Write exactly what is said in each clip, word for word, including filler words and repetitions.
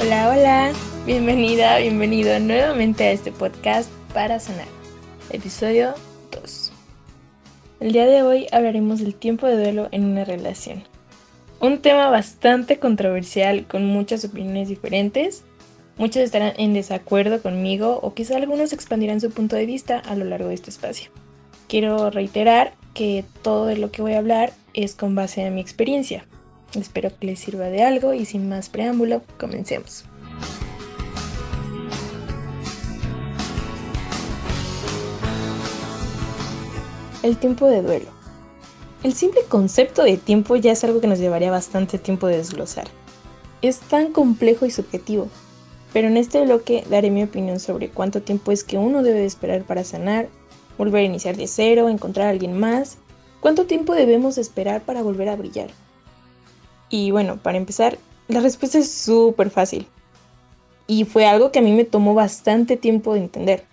Hola, hola, bienvenida, bienvenido nuevamente a este podcast para sanar, episodio dos. El día de hoy hablaremos del tiempo de duelo en una relación. Un tema bastante controversial con muchas opiniones diferentes. Muchos estarán en desacuerdo conmigo o quizá algunos expandirán su punto de vista a lo largo de este espacio. Quiero reiterar que todo de lo que voy a hablar es con base a mi experiencia. Espero que les sirva de algo y sin más preámbulo, comencemos. El tiempo de duelo. El simple concepto de tiempo ya es algo que nos llevaría bastante tiempo de desglosar. Es tan complejo y subjetivo, pero en este bloque daré mi opinión sobre cuánto tiempo es que uno debe esperar para sanar, volver a iniciar de cero, encontrar a alguien más, cuánto tiempo debemos esperar para volver a brillar. Y bueno, para empezar, la respuesta es súper fácil, y fue algo que a mí me tomó bastante tiempo de entender.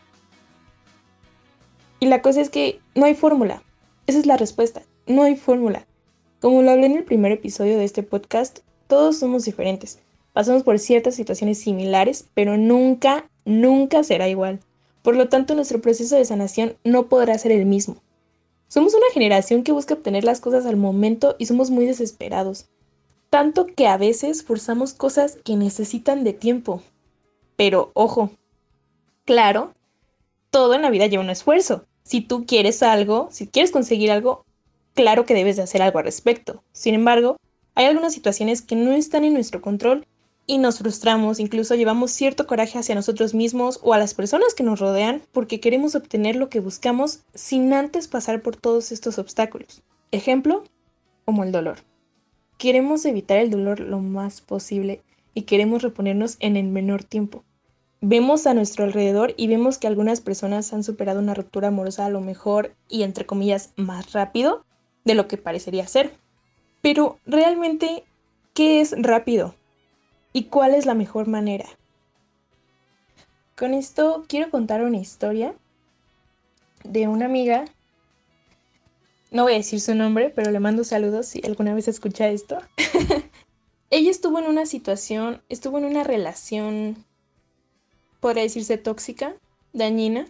Y la cosa es que no hay fórmula. Esa es la respuesta. No hay fórmula. Como lo hablé en el primer episodio de este podcast, todos somos diferentes. Pasamos por ciertas situaciones similares, pero nunca, nunca será igual. Por lo tanto, nuestro proceso de sanación no podrá ser el mismo. Somos una generación que busca obtener las cosas al momento y somos muy desesperados. Tanto que a veces forzamos cosas que necesitan de tiempo. Pero, ojo, claro, todo en la vida lleva un esfuerzo. Si tú quieres algo, si quieres conseguir algo, claro que debes de hacer algo al respecto. Sin embargo, hay algunas situaciones que no están en nuestro control y nos frustramos, incluso llevamos cierto coraje hacia nosotros mismos o a las personas que nos rodean porque queremos obtener lo que buscamos sin antes pasar por todos estos obstáculos. Ejemplo, como el dolor. Queremos evitar el dolor lo más posible y queremos reponernos en el menor tiempo. Vemos a nuestro alrededor y vemos que algunas personas han superado una ruptura amorosa a lo mejor y entre comillas más rápido de lo que parecería ser. Pero realmente, ¿qué es rápido? ¿Y cuál es la mejor manera? Con esto quiero contar una historia de una amiga. No voy a decir su nombre, pero le mando saludos si alguna vez escucha esto. Ella estuvo en una situación, estuvo en una relación, podría decirse tóxica, dañina.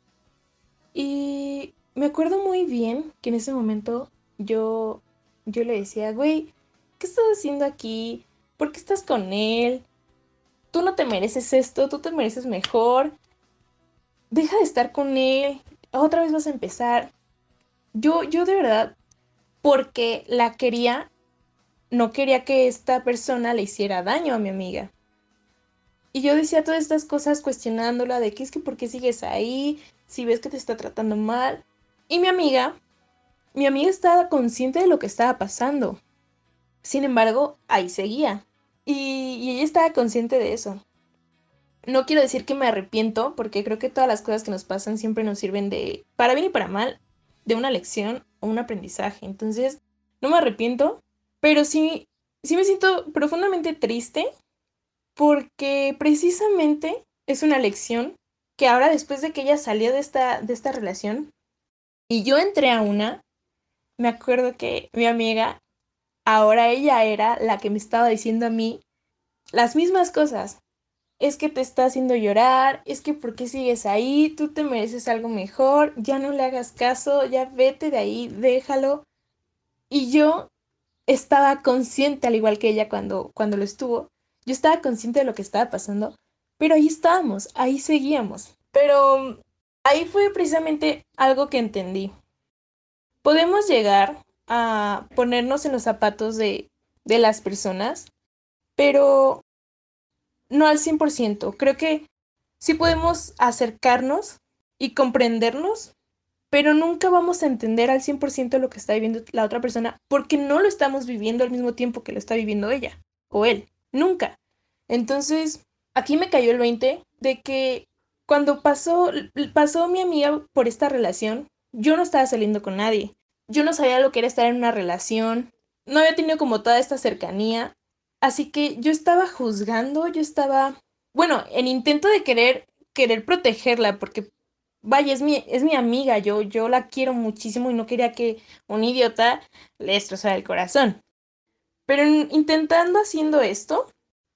Y me acuerdo muy bien que en ese momento yo, yo le decía, güey, ¿qué estás haciendo aquí? ¿Por qué estás con él? Tú no te mereces esto, tú te mereces mejor. Deja de estar con él. Otra vez vas a empezar. Yo, yo de verdad, porque la quería, no quería que esta persona le hiciera daño a mi amiga. Y yo decía todas estas cosas cuestionándola de que es que por qué sigues ahí, si ves que te está tratando mal. Y mi amiga Mi amiga estaba consciente de lo que estaba pasando. Sin embargo, ahí seguía. Y, y ella estaba consciente de eso. No quiero decir que me arrepiento, porque creo que todas las cosas que nos pasan siempre nos sirven de, para bien y para mal, de una lección o un aprendizaje. Entonces, no me arrepiento, pero sí, sí me siento profundamente triste porque precisamente es una lección que ahora después de que ella salió de esta, de esta relación y yo entré a una, me acuerdo que mi amiga, ahora ella era la que me estaba diciendo a mí las mismas cosas. Es que te está haciendo llorar, es que ¿por qué sigues ahí? Tú te mereces algo mejor, ya no le hagas caso, ya vete de ahí, déjalo. Y yo estaba consciente, al igual que ella cuando, cuando lo estuvo, yo estaba consciente de lo que estaba pasando, pero ahí estábamos, ahí seguíamos. Pero ahí fue precisamente algo que entendí. Podemos llegar a ponernos en los zapatos de, de las personas, pero no al cien por ciento. Creo que sí podemos acercarnos y comprendernos, pero nunca vamos a entender al cien por ciento lo que está viviendo la otra persona porque no lo estamos viviendo al mismo tiempo que lo está viviendo ella o él. Nunca. Entonces, aquí me cayó el veinte de que cuando pasó, pasó mi amiga por esta relación, yo no estaba saliendo con nadie. Yo no sabía lo que era estar en una relación. No había tenido como toda esta cercanía. Así que yo estaba juzgando, yo estaba, bueno, en intento de querer, querer protegerla, porque vaya, es mi, es mi amiga, yo, yo la quiero muchísimo y no quería que un idiota le destrozara el corazón. Pero en- intentando haciendo esto,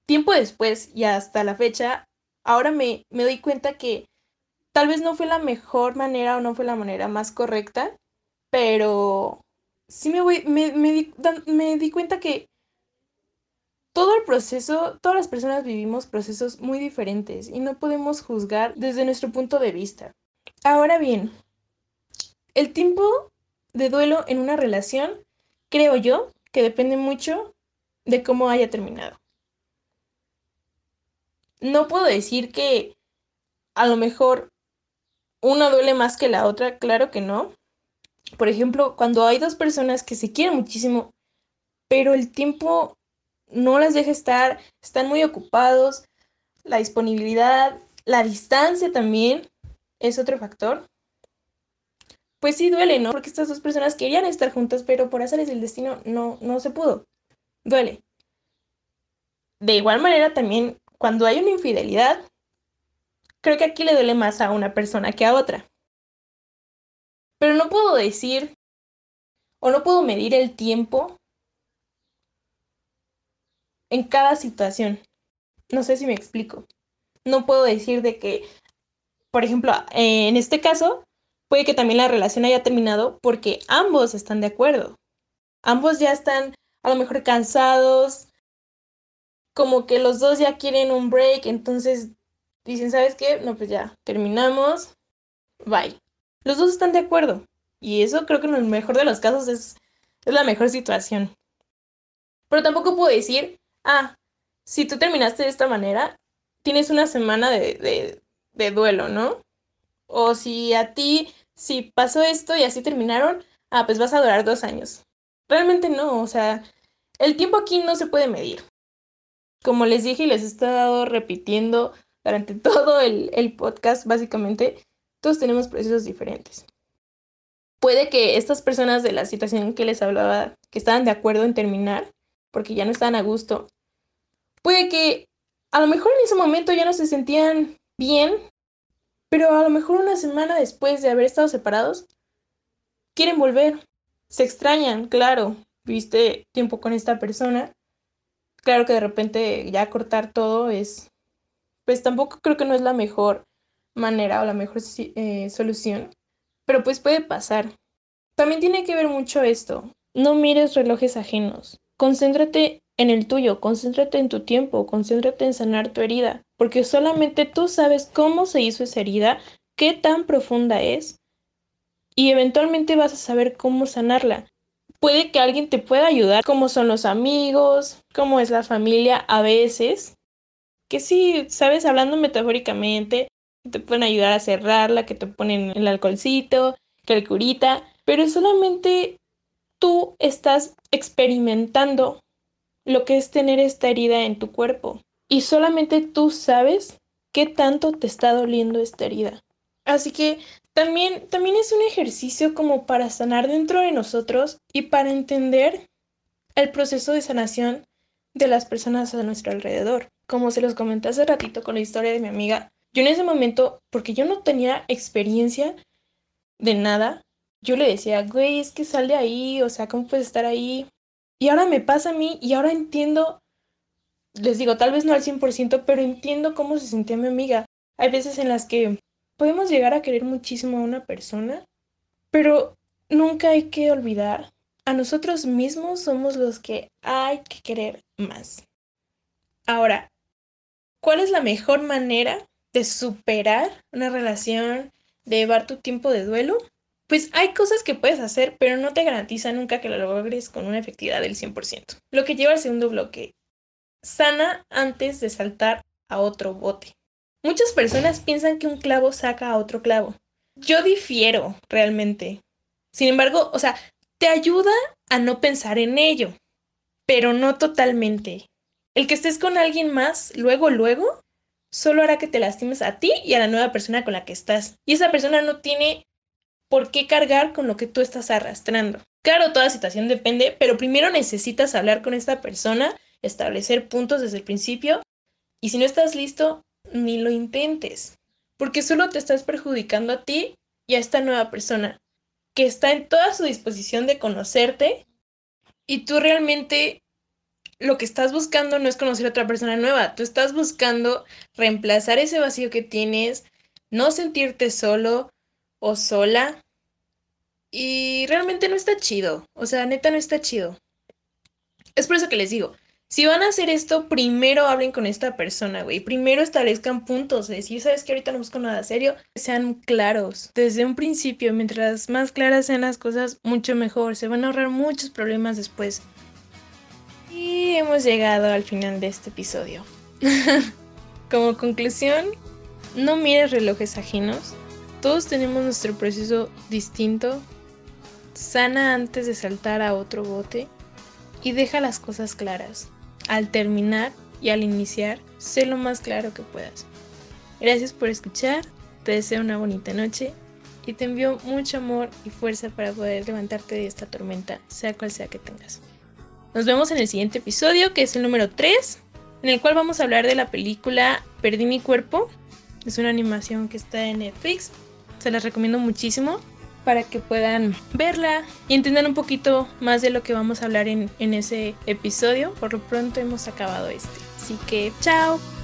tiempo después y hasta la fecha, ahora me, me doy cuenta que tal vez no fue la mejor manera o no fue la manera más correcta, pero sí me voy, me, me di, dan- me di cuenta que todo el proceso, todas las personas vivimos procesos muy diferentes y no podemos juzgar desde nuestro punto de vista. Ahora bien, el tiempo de duelo en una relación, creo yo, que depende mucho de cómo haya terminado. No puedo decir que a lo mejor una duele más que la otra, claro que no. Por ejemplo, cuando hay dos personas que se quieren muchísimo, pero el tiempo no las deja estar, están muy ocupados, la disponibilidad, la distancia también es otro factor. Pues sí duele, ¿no? Porque estas dos personas querían estar juntas, pero por azares del destino no, no se pudo. Duele. De igual manera también, cuando hay una infidelidad, creo que aquí le duele más a una persona que a otra. Pero no puedo decir o no puedo medir el tiempo en cada situación. No sé si me explico. No puedo decir de que, por ejemplo, eh, en este caso, puede que también la relación haya terminado porque ambos están de acuerdo. Ambos ya están a lo mejor cansados, como que los dos ya quieren un break, entonces dicen, ¿sabes qué? No, pues ya, terminamos, bye. Los dos están de acuerdo. Y eso creo que en el mejor de los casos es, es la mejor situación. Pero tampoco puedo decir, ah, si tú terminaste de esta manera, tienes una semana de, de, de duelo, ¿no? O si a ti, si pasó esto y así terminaron, ah, pues vas a durar dos años. Realmente no, o sea, el tiempo aquí no se puede medir. Como les dije y les he estado repitiendo durante todo el, el podcast, básicamente, todos tenemos procesos diferentes. Puede que estas personas de la situación que les hablaba, que estaban de acuerdo en terminar, porque ya no estaban a gusto, puede que a lo mejor en ese momento ya no se sentían bien, pero a lo mejor una semana después de haber estado separados, quieren volver. Se extrañan, claro, viste tiempo con esta persona. Claro que de repente ya cortar todo es, pues tampoco creo que no es la mejor manera o la mejor si- eh, solución, pero pues puede pasar. También tiene que ver mucho esto. No mires relojes ajenos. Concéntrate en el tuyo, concéntrate en tu tiempo, concéntrate en sanar tu herida, porque solamente tú sabes cómo se hizo esa herida, qué tan profunda es, y eventualmente vas a saber cómo sanarla. Puede que alguien te pueda ayudar, como son los amigos, cómo es la familia a veces, que sí, sabes, hablando metafóricamente, te pueden ayudar a cerrarla, que te ponen el alcoholcito, que el curita, pero solamente tú estás experimentando lo que es tener esta herida en tu cuerpo y solamente tú sabes qué tanto te está doliendo esta herida. Así que también, también es un ejercicio como para sanar dentro de nosotros y para entender el proceso de sanación de las personas a nuestro alrededor. Como se los comenté hace ratito con la historia de mi amiga, yo en ese momento, porque yo no tenía experiencia de nada, yo le decía, güey, es que sal de ahí, o sea, ¿cómo puedes estar ahí? Y ahora me pasa a mí y ahora entiendo, les digo, tal vez no al cien por ciento, pero entiendo cómo se sentía mi amiga. Hay veces en las que podemos llegar a querer muchísimo a una persona, pero nunca hay que olvidar, a nosotros mismos somos los que hay que querer más. Ahora, ¿cuál es la mejor manera de superar una relación, de llevar tu tiempo de duelo? Pues hay cosas que puedes hacer, pero no te garantiza nunca que lo logres con una efectividad del cien por ciento. Lo que lleva al segundo bloque, sana antes de saltar a otro bote. Muchas personas piensan que un clavo saca a otro clavo. Yo difiero realmente. Sin embargo, o sea, te ayuda a no pensar en ello, pero no totalmente. El que estés con alguien más luego, luego, solo hará que te lastimes a ti y a la nueva persona con la que estás. Y esa persona no tiene por qué cargar con lo que tú estás arrastrando. Claro, toda situación depende, pero primero necesitas hablar con esta persona, establecer puntos desde el principio, y si no estás listo, ni lo intentes, porque solo te estás perjudicando a ti y a esta nueva persona, que está en toda su disposición de conocerte, y tú realmente lo que estás buscando no es conocer a otra persona nueva, tú estás buscando reemplazar ese vacío que tienes, no sentirte solo o sola y realmente no está chido, o sea, neta no está chido. Es por eso que les digo, si van a hacer esto, primero hablen con esta persona, güey. Primero establezcan puntos. De decir, sabes que ahorita no busco nada serio. Sean claros. Desde un principio, mientras más claras sean las cosas, mucho mejor. Se van a ahorrar muchos problemas después. Y hemos llegado al final de este episodio. Como conclusión, no mires relojes ajenos. Todos tenemos nuestro proceso distinto. Sana antes de saltar a otro bote. Y deja las cosas claras. Al terminar y al iniciar, sé lo más claro que puedas. Gracias por escuchar, te deseo una bonita noche y te envío mucho amor y fuerza para poder levantarte de esta tormenta, sea cual sea que tengas. Nos vemos en el siguiente episodio, que es el número tres, en el cual vamos a hablar de la película Perdí mi cuerpo. Es una animación que está en Netflix, se las recomiendo muchísimo para que puedan verla y entendan un poquito más de lo que vamos a hablar en, en ese episodio. Por lo pronto hemos acabado este. Así que, chao.